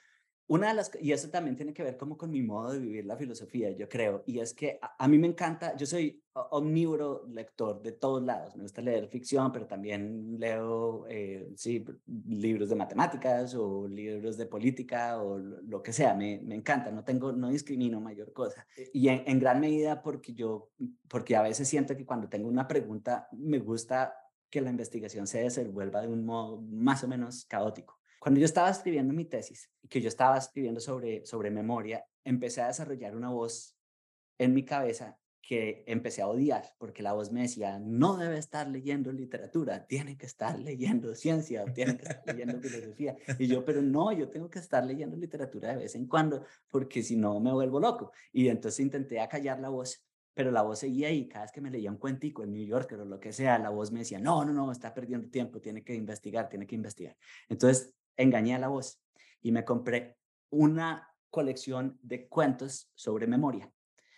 [SPEAKER 2] Una de las, y eso también tiene que ver como con mi modo de vivir la filosofía, yo creo, y es que a, a mí me encanta, yo soy o- omnívoro lector de todos lados, me gusta leer ficción, pero también leo, eh, sí, libros de matemáticas o libros de política o lo, lo que sea, me, me encanta, no tengo, no discrimino mayor cosa. Y en, en gran medida porque yo, porque a veces siento que cuando tengo una pregunta, me gusta que la investigación se desenvuelva de un modo más o menos caótico. Cuando yo estaba escribiendo mi tesis, y que yo estaba escribiendo sobre, sobre memoria, empecé a desarrollar una voz en mi cabeza que empecé a odiar, porque la voz me decía, no debe estar leyendo literatura, tiene que estar leyendo ciencia o tiene que estar leyendo filosofía. Y yo, pero no, yo tengo que estar leyendo literatura de vez en cuando, porque si no me vuelvo loco. Y entonces intenté acallar la voz, pero la voz seguía ahí. Cada vez que me leía un cuentico en New Yorker o lo que sea, la voz me decía, no, no, no, está perdiendo tiempo, tiene que investigar, tiene que investigar. Entonces engañé a la voz y me compré una colección de cuentos sobre memoria.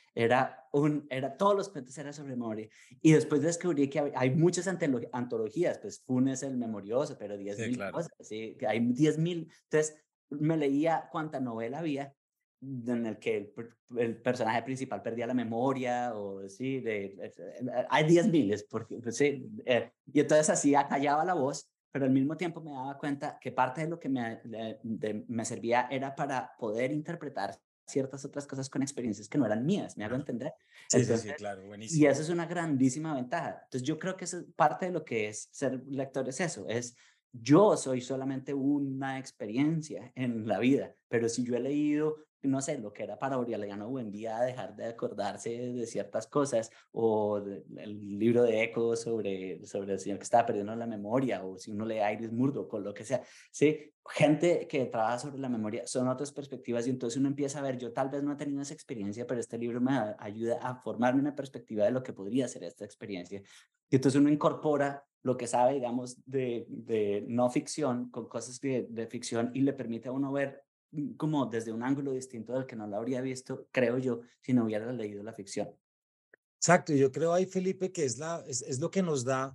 [SPEAKER 2] Era un, era, todos los cuentos eran sobre memoria. Y después descubrí que hay, hay muchas antologías, pues Funes el Memorioso, pero diez
[SPEAKER 1] Sí,
[SPEAKER 2] mil
[SPEAKER 1] claro.
[SPEAKER 2] cosas, ¿sí? Que hay diez mil. Entonces me leía cuánta novela había en el que el, el, personaje principal perdía la memoria, o sí, de, de, hay diez miles, porque, pues, sí, eh, y entonces así acallaba la voz, pero al mismo tiempo me daba cuenta que parte de lo que me, de, de, me servía era para poder interpretar ciertas otras cosas con experiencias que no eran mías, ¿me hago
[SPEAKER 1] Claro.
[SPEAKER 2] entender?
[SPEAKER 1] Sí, sí, sí,
[SPEAKER 2] Entonces,
[SPEAKER 1] claro,
[SPEAKER 2] y
[SPEAKER 1] buenísimo.
[SPEAKER 2] eso es una grandísima ventaja. Entonces, yo creo que eso es parte de lo que es ser lector, es eso, es yo soy solamente una experiencia en la vida, pero si yo he leído, no sé, lo que era para Aureliano Buendía, dejar de acordarse de ciertas cosas, o de, el libro de Eco sobre, sobre el señor que estaba perdiendo la memoria, o si uno lee Iris Murdoch o lo que sea, ¿sí? Gente que trabaja sobre la memoria, son otras perspectivas y entonces uno empieza a ver, yo tal vez no he tenido esa experiencia, pero este libro me ayuda a formarme una perspectiva de lo que podría ser esta experiencia. Y entonces uno incorpora lo que sabe, digamos, de, de no ficción con cosas de, de ficción y le permite a uno ver como desde un ángulo distinto del que no lo habría visto, creo yo, si no hubiera leído la ficción.
[SPEAKER 1] Exacto, yo creo ahí, Felipe, que es, la, es, es lo que nos da,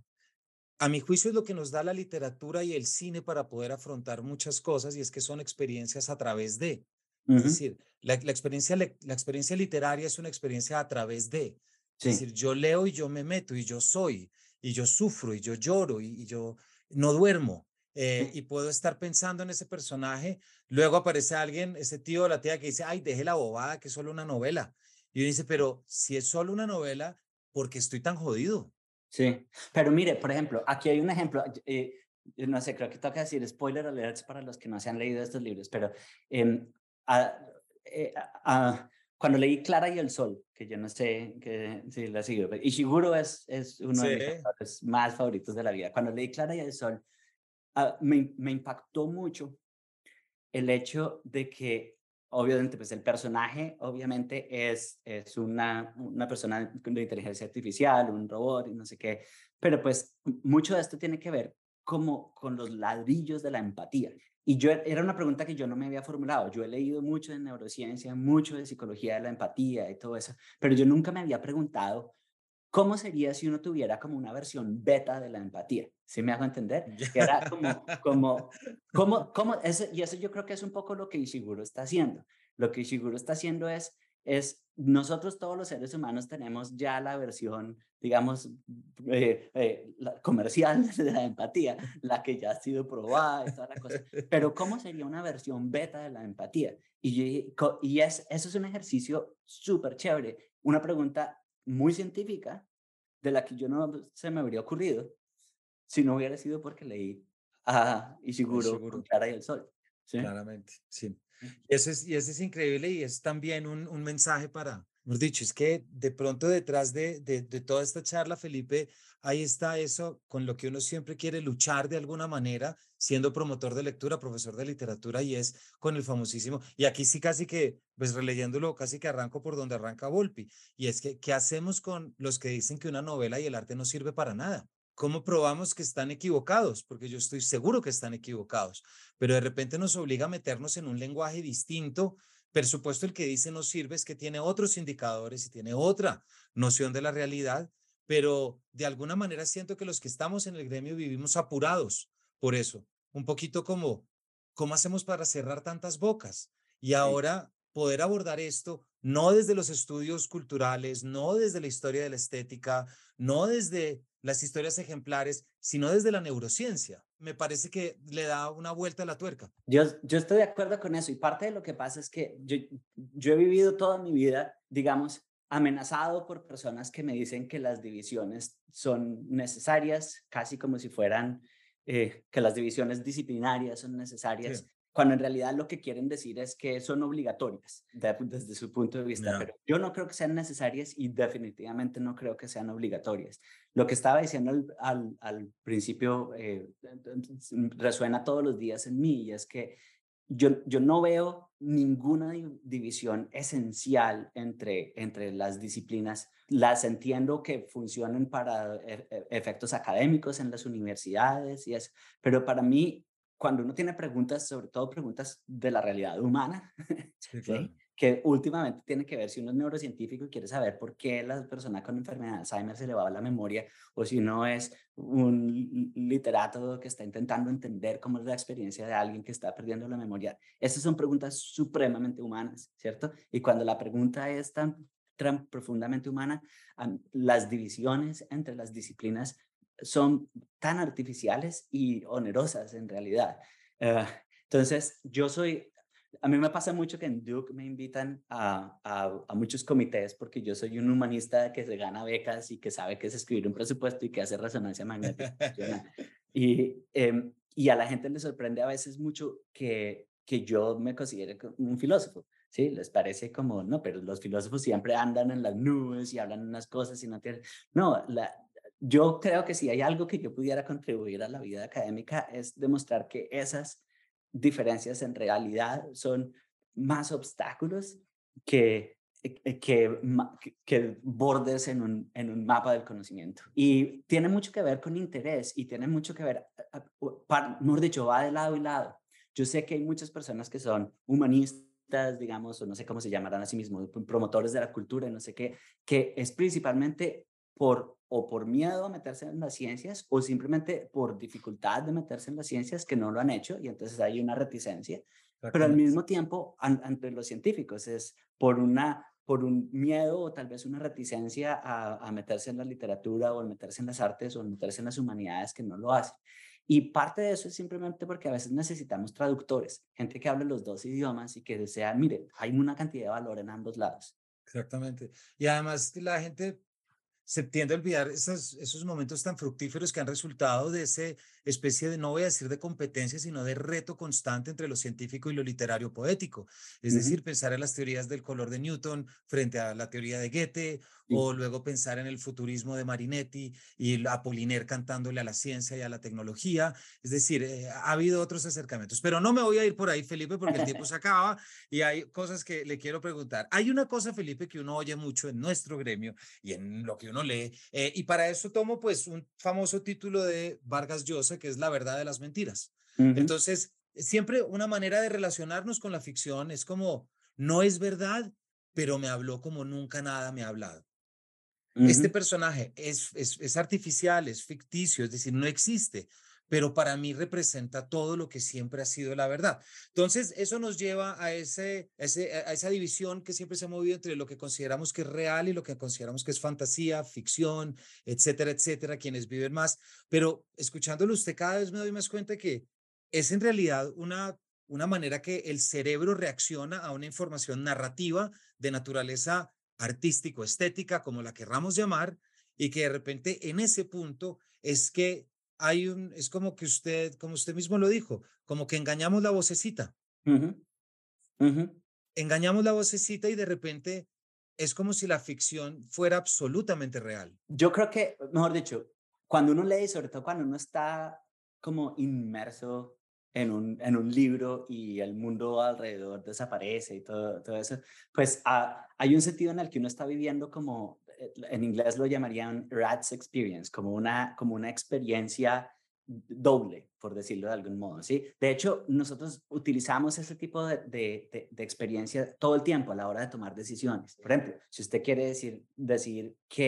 [SPEAKER 1] a mi juicio es lo que nos da la literatura y el cine para poder afrontar muchas cosas, y es que son experiencias a través de,
[SPEAKER 2] Uh
[SPEAKER 1] es
[SPEAKER 2] -huh.
[SPEAKER 1] decir, la, la, experiencia, la experiencia literaria es una experiencia a través de, es
[SPEAKER 2] Sí.
[SPEAKER 1] decir, yo leo y yo me meto y yo soy, y yo sufro y yo lloro y, y yo no duermo. Eh,
[SPEAKER 2] Sí.
[SPEAKER 1] y puedo estar pensando en ese personaje, luego aparece alguien, ese tío o la tía que dice, ay, deje la bobada, que es solo una novela. Y uno dice, pero si es solo una novela, ¿por qué estoy tan jodido?
[SPEAKER 2] Sí, pero mire, por ejemplo, aquí hay un ejemplo, eh, no sé, creo que toca decir spoiler alerts para los que no se han leído estos libros, pero eh, a, eh, a, cuando leí Clara y el Sol, que yo no sé que, si la sigo, Ishiguro es, es uno
[SPEAKER 1] Sí,
[SPEAKER 2] de mis autores más favoritos de la vida. Cuando leí Clara y el Sol, uh, me, me impactó mucho el hecho de que, obviamente, pues el personaje, obviamente, es, es una, una persona de inteligencia artificial, un robot y no sé qué, pero pues mucho de esto tiene que ver como con los ladrillos de la empatía. Y yo, era una pregunta que yo no me había formulado. Yo he leído mucho de neurociencia, mucho de psicología de la empatía y todo eso, pero yo nunca me había preguntado ¿cómo sería si uno tuviera como una versión beta de la empatía? ¿Sí me hago entender? Que era como, como, como, como eso, y eso yo creo que es un poco lo que Ishiguro está haciendo. Lo que Ishiguro está haciendo es, es nosotros todos los seres humanos tenemos ya la versión, digamos, eh, eh, la comercial de la empatía, la que ya ha sido probada y toda la cosa. Pero ¿cómo sería una versión beta de la empatía? Y, y es, eso es un ejercicio súper chévere. Una pregunta muy científica de la que yo no se me habría ocurrido si no hubiera sido porque leí a
[SPEAKER 1] Ay,
[SPEAKER 2] Ishiguro con
[SPEAKER 1] seguro.
[SPEAKER 2] Clara y el Sol. ¿Sí?
[SPEAKER 1] Claramente, sí. Y eso es, y eso es increíble y es también un, un mensaje para, hemos dicho, es que de pronto detrás de, de, de toda esta charla, Felipe, ahí está eso con lo que uno siempre quiere luchar de alguna manera, siendo promotor de lectura, profesor de literatura, y es con el famosísimo, y aquí sí casi que, pues releyéndolo, casi que arranco por donde arranca Volpi, y es que, ¿qué hacemos con los que dicen que una novela y el arte no sirve para nada? ¿Cómo probamos que están equivocados? Porque yo estoy seguro que están equivocados, pero de repente nos obliga a meternos en un lenguaje distinto. Por supuesto, el que dice no sirve es que tiene otros indicadores y tiene otra noción de la realidad, pero de alguna manera siento que los que estamos en el gremio vivimos apurados por eso, un poquito como, ¿cómo hacemos para cerrar tantas bocas? y
[SPEAKER 2] sí.
[SPEAKER 1] ahora poder abordar esto no desde los estudios culturales, no desde la historia de la estética, no desde las historias ejemplares, sino desde la neurociencia. Me parece que le da una vuelta a la tuerca.
[SPEAKER 2] Yo, yo estoy de acuerdo con eso y parte de lo que pasa es que yo, yo he vivido toda mi vida, digamos, amenazado por personas que me dicen que las divisiones son necesarias, casi como si fueran, eh, que las divisiones disciplinarias son
[SPEAKER 1] Sí,
[SPEAKER 2] necesarias, cuando en realidad lo que quieren decir es que son obligatorias de- desde su punto de vista,
[SPEAKER 1] ya,
[SPEAKER 2] pero yo no creo que sean necesarias y definitivamente no creo que sean obligatorias. Lo que estaba diciendo al, al, al principio eh, resuena todos los días en mí y es que yo, yo no veo ninguna di- división esencial entre, entre las disciplinas. Las entiendo que funcionan para e- e- efectos académicos en las universidades y eso, pero para mí, cuando uno tiene preguntas, sobre todo preguntas de la realidad humana,
[SPEAKER 1] sí, claro.
[SPEAKER 2] ¿sí? Que últimamente tiene que ver si uno es neurocientífico y quiere saber por qué la persona con enfermedad de Alzheimer se le va la memoria o si no es un li- literato que está intentando entender cómo es la experiencia de alguien que está perdiendo la memoria. Esas son preguntas supremamente humanas, ¿cierto? Y cuando la pregunta es tan, tan profundamente humana, am, las divisiones entre las disciplinas son tan artificiales y onerosas en realidad. Eh, entonces, yo soy a mí me pasa mucho que en Duke me invitan a, a, a muchos comités porque yo soy un humanista que se gana becas y que sabe qué es escribir un presupuesto y que hace resonancia magnética funcional. Y, eh, y a la gente le sorprende a veces mucho que, que yo me considere un filósofo. Sí, les parece como, no, pero los filósofos siempre andan en las nubes y hablan unas cosas y no tienen... No, la, yo creo que si hay algo que yo pudiera contribuir a la vida académica es demostrar que esas diferencias en realidad son más obstáculos que, que, que, que bordes en un, en un mapa del conocimiento. Y tiene mucho que ver con interés y tiene mucho que ver, mejor dicho, va de lado y lado. Yo sé que hay muchas personas que son humanistas, digamos, o no sé cómo se llamarán a sí mismos, promotores de la cultura, no sé qué, que es principalmente por o por miedo a meterse en las ciencias o simplemente por dificultad de meterse en las ciencias que no lo han hecho y entonces hay una reticencia. Pero al
[SPEAKER 1] Exactamente.
[SPEAKER 2] mismo tiempo, an, ante los científicos es por, una, por un miedo o tal vez una reticencia a, a meterse en la literatura o a meterse en las artes o a meterse en las humanidades que no lo hacen. Y parte de eso es simplemente porque a veces necesitamos traductores, gente que hable los dos idiomas y que desea, mire, hay una cantidad de valor en ambos lados.
[SPEAKER 1] Exactamente. Y además la gente se tiende a olvidar esos, esos momentos tan fructíferos que han resultado de esa especie de, no voy a decir de competencia, sino de reto constante entre lo científico y lo literario poético. Es
[SPEAKER 2] Uh -huh.
[SPEAKER 1] decir, pensar en las teorías del color de Newton frente a la teoría de Goethe,
[SPEAKER 2] Sí.
[SPEAKER 1] o luego pensar en el futurismo de Marinetti y Apollinaire cantándole a la ciencia y a la tecnología. Es decir, eh, ha habido otros acercamientos, pero no me voy a ir por ahí, Felipe, porque el tiempo se acaba y hay cosas que le quiero preguntar. Hay una cosa, Felipe, que uno oye mucho en nuestro gremio y en lo que uno lee. Eh, y para eso tomo pues un famoso título de Vargas Llosa, que es La verdad de las mentiras.
[SPEAKER 2] Uh -huh.
[SPEAKER 1] Entonces, siempre una manera de relacionarnos con la ficción es como, no es verdad, pero me habló como nunca nada me ha hablado.
[SPEAKER 2] Uh
[SPEAKER 1] Este
[SPEAKER 2] -huh.
[SPEAKER 1] personaje es, es, es artificial, es ficticio, es decir, no existe, pero para mí representa todo lo que siempre ha sido la verdad. Entonces, eso nos lleva a, ese, ese, a esa división que siempre se ha movido entre lo que consideramos que es real y lo que consideramos que es fantasía, ficción, etcétera, etcétera, quienes viven más. Pero escuchándolo usted cada vez me doy más cuenta que es en realidad una, una manera que el cerebro reacciona a una información narrativa de naturaleza artístico, estética, como la querramos llamar, y que de repente en ese punto es que hay un, es como que usted, como usted mismo lo dijo, como que engañamos la vocecita,
[SPEAKER 2] Uh -huh. Uh -huh.
[SPEAKER 1] engañamos la vocecita y de repente es como si la ficción fuera absolutamente real.
[SPEAKER 2] Yo creo que, mejor dicho, cuando uno lee, sobre todo cuando uno está como inmerso en un, en un libro y el mundo alrededor desaparece y todo, todo eso, pues ah, hay un sentido en el que uno está viviendo como, eh, en inglés lo llamarían Rat's Experience, como una, como una experiencia doble, por decirlo de algún modo, ¿sí? De hecho, nosotros utilizamos ese tipo de, de, de, de experiencia todo el tiempo a la hora de tomar decisiones. Por ejemplo, si usted quiere decir, decir qué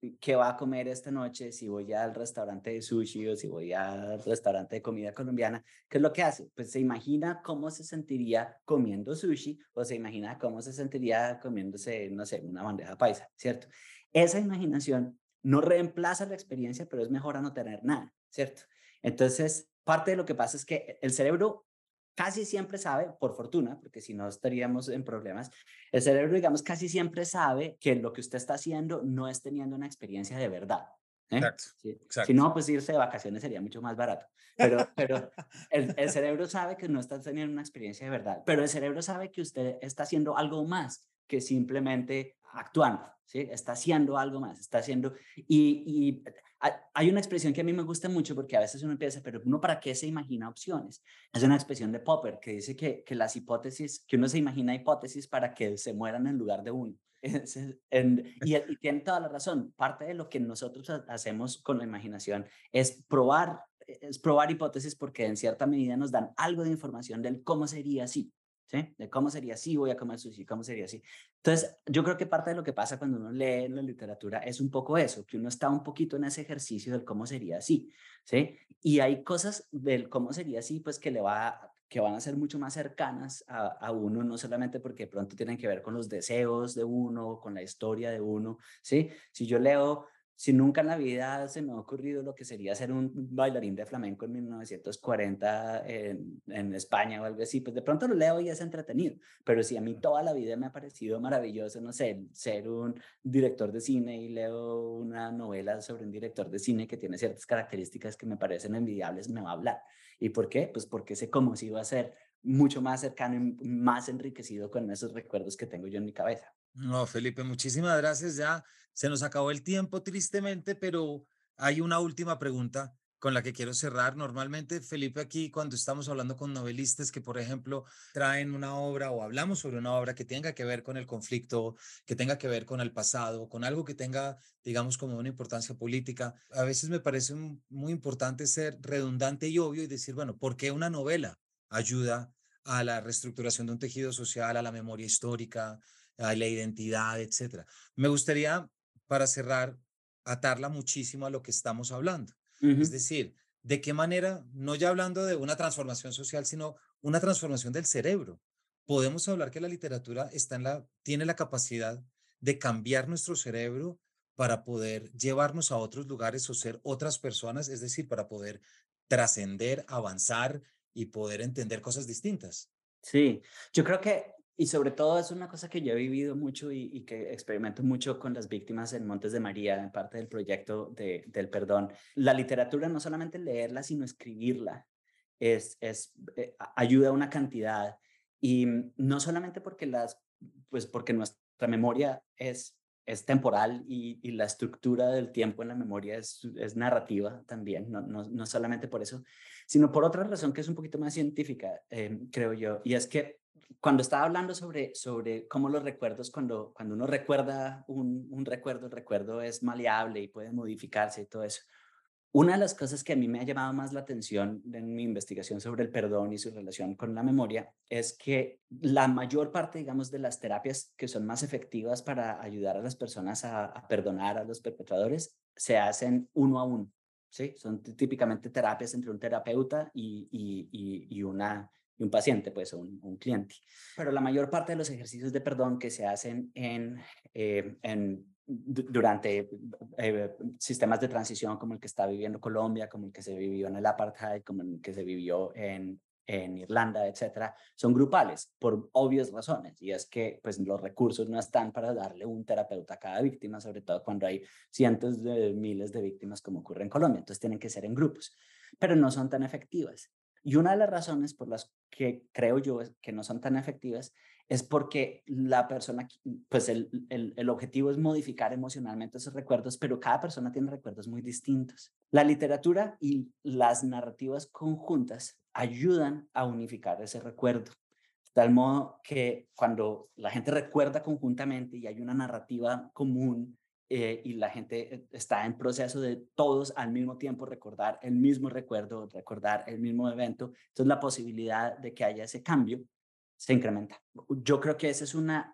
[SPEAKER 2] qué va a comer esta noche, si voy al restaurante de sushi o si voy al restaurante de comida colombiana, ¿qué es lo que hace? Pues se imagina cómo se sentiría comiendo sushi o se imagina cómo se sentiría comiéndose, no sé, una bandeja paisa, ¿cierto? Esa imaginación no reemplaza la experiencia, pero es mejor a no tener nada, ¿cierto? Entonces, parte de lo que pasa es que el cerebro casi siempre sabe, por fortuna, porque si no estaríamos en problemas, el cerebro, digamos, casi siempre sabe que lo que usted está haciendo no es teniendo una experiencia de verdad. ¿Eh?
[SPEAKER 1] Exacto,
[SPEAKER 2] Sí. Si
[SPEAKER 1] exacto.
[SPEAKER 2] no, pues irse de vacaciones sería mucho más barato. Pero, pero el, el cerebro sabe que no está teniendo una experiencia de verdad, pero el cerebro sabe que usted está haciendo algo más que simplemente actuando, ¿sí? Está haciendo algo más, está haciendo... Y, y hay una expresión que a mí me gusta mucho porque a veces uno empieza, pero uno para qué se imagina opciones. Es una expresión de Popper que dice que, que las hipótesis, que uno se imagina hipótesis para que se mueran en lugar de uno. Es, en, y, y tiene toda la razón. Parte de lo que nosotros ha, hacemos con la imaginación es probar, es probar hipótesis porque en cierta medida nos dan algo de información del cómo sería así. ¿Sí? De cómo sería si voy a comer sushi, cómo sería así. Entonces, yo creo que parte de lo que pasa cuando uno lee la literatura es un poco eso, que uno está un poquito en ese ejercicio del cómo sería así, ¿sí? Y hay cosas del cómo sería así, pues que le va que van a ser mucho más cercanas a, a uno, no solamente porque de pronto tienen que ver con los deseos de uno, con la historia de uno, ¿sí? Si yo leo si nunca en la vida se me ha ocurrido lo que sería ser un bailarín de flamenco en mil novecientos cuarenta en, en España o algo así, pues de pronto lo leo y es entretenido. Pero si a mí toda la vida me ha parecido maravilloso, no sé, ser un director de cine y leo una novela sobre un director de cine que tiene ciertas características que me parecen envidiables, me va a hablar. ¿Y por qué? Pues porque sé cómo si iba a ser mucho más cercano y más enriquecido con esos recuerdos que tengo yo en mi cabeza.
[SPEAKER 1] No, Felipe, muchísimas gracias. Ya se nos acabó el tiempo, tristemente, pero hay una última pregunta con la que quiero cerrar. Normalmente, Felipe, aquí cuando estamos hablando con novelistas que, por ejemplo, traen una obra o hablamos sobre una obra que tenga que ver con el conflicto, que tenga que ver con el pasado, con algo que tenga, digamos, como una importancia política, a veces me parece un- muy importante ser redundante y obvio y decir, bueno, ¿por qué una novela ayuda a la reestructuración de un tejido social, a la memoria histórica, a la identidad, etcétera? Me gustaría, para cerrar, atarla muchísimo a lo que estamos hablando.
[SPEAKER 2] Uh
[SPEAKER 1] Es
[SPEAKER 2] -huh.
[SPEAKER 1] decir, de qué manera, no ya hablando de una transformación social, sino una transformación del cerebro. Podemos hablar que la literatura está en la, tiene la capacidad de cambiar nuestro cerebro para poder llevarnos a otros lugares o ser otras personas, es decir, para poder trascender, avanzar y poder entender cosas distintas.
[SPEAKER 2] Sí, yo creo que, y sobre todo es una cosa que yo he vivido mucho y, y que experimento mucho con las víctimas en Montes de María, en parte del proyecto de, del perdón. La literatura, no solamente leerla, sino escribirla, es, es, eh, ayuda a una cantidad. Y mm, no solamente porque, las, pues porque nuestra memoria es, es temporal y, y la estructura del tiempo en la memoria es, es narrativa también, no, no, no solamente por eso, sino por otra razón que es un poquito más científica, eh, creo yo, y es que cuando estaba hablando sobre, sobre cómo los recuerdos, cuando, cuando uno recuerda un, un recuerdo, el recuerdo es maleable y puede modificarse y todo eso. Una de las cosas que a mí me ha llamado más la atención en mi investigación sobre el perdón y su relación con la memoria es que la mayor parte, digamos, de las terapias que son más efectivas para ayudar a las personas a, a perdonar a los perpetradores se hacen uno a uno, ¿sí? Son típicamente terapias entre un terapeuta y, y, y, y una, y un paciente, pues, o un, un cliente. Pero la mayor parte de los ejercicios de perdón que se hacen en, eh, en durante eh, sistemas de transición como el que está viviendo Colombia, como el que se vivió en el apartheid, como el que se vivió en, en Irlanda, etcétera, son grupales por obvias razones. Y es que pues, los recursos no están para darle un terapeuta a cada víctima, sobre todo cuando hay cientos de miles de víctimas como ocurre en Colombia. Entonces tienen que ser en grupos, pero no son tan efectivas. Y una de las razones por las que creo yo que no son tan efectivas es porque la persona, pues el, el, el, objetivo es modificar emocionalmente esos recuerdos, pero cada persona tiene recuerdos muy distintos. La literatura y las narrativas conjuntas ayudan a unificar ese recuerdo. De tal modo que cuando la gente recuerda conjuntamente y hay una narrativa común eh, y la gente está en proceso de todos al mismo tiempo recordar el mismo recuerdo, recordar el mismo evento, entonces la posibilidad de que haya ese cambio se incrementa. Yo creo que esa es una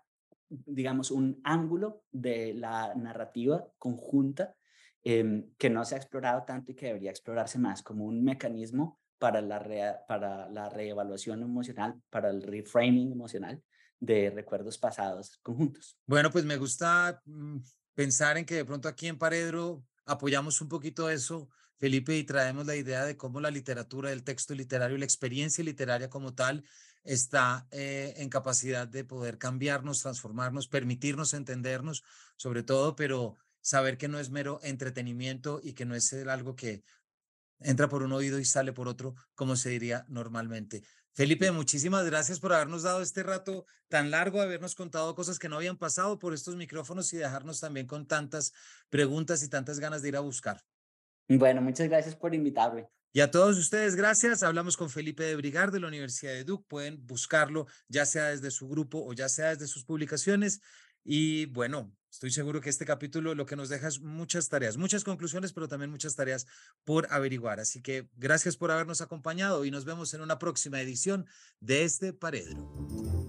[SPEAKER 2] digamos, un ángulo de la narrativa conjunta em, que no se ha explorado tanto y que debería explorarse más como un mecanismo para la, rea- para la reevaluación emocional, para el reframing emocional de recuerdos pasados conjuntos.
[SPEAKER 1] Bueno, pues me gusta mm, pensar en que de pronto aquí en Paredro apoyamos un poquito eso, Felipe, y traemos la idea de cómo la literatura, el texto literario, la experiencia literaria como tal está eh, en capacidad de poder cambiarnos, transformarnos, permitirnos entendernos, sobre todo, pero saber que no es mero entretenimiento y que no es el algo que entra por un oído y sale por otro, como se diría normalmente. Felipe, muchísimas gracias por habernos dado este rato tan largo, habernos contado cosas que no habían pasado por estos micrófonos y dejarnos también con tantas preguntas y tantas ganas de ir a buscar.
[SPEAKER 2] Bueno, muchas gracias por invitarme.
[SPEAKER 1] Y a todos ustedes, gracias. Hablamos con Felipe de Brigar de la Universidad de Duke. Pueden buscarlo, ya sea desde su grupo o ya sea desde sus publicaciones. Y bueno, estoy seguro que este capítulo lo que nos deja es muchas tareas, muchas conclusiones, pero también muchas tareas por averiguar. Así que gracias por habernos acompañado y nos vemos en una próxima edición de este Paredro.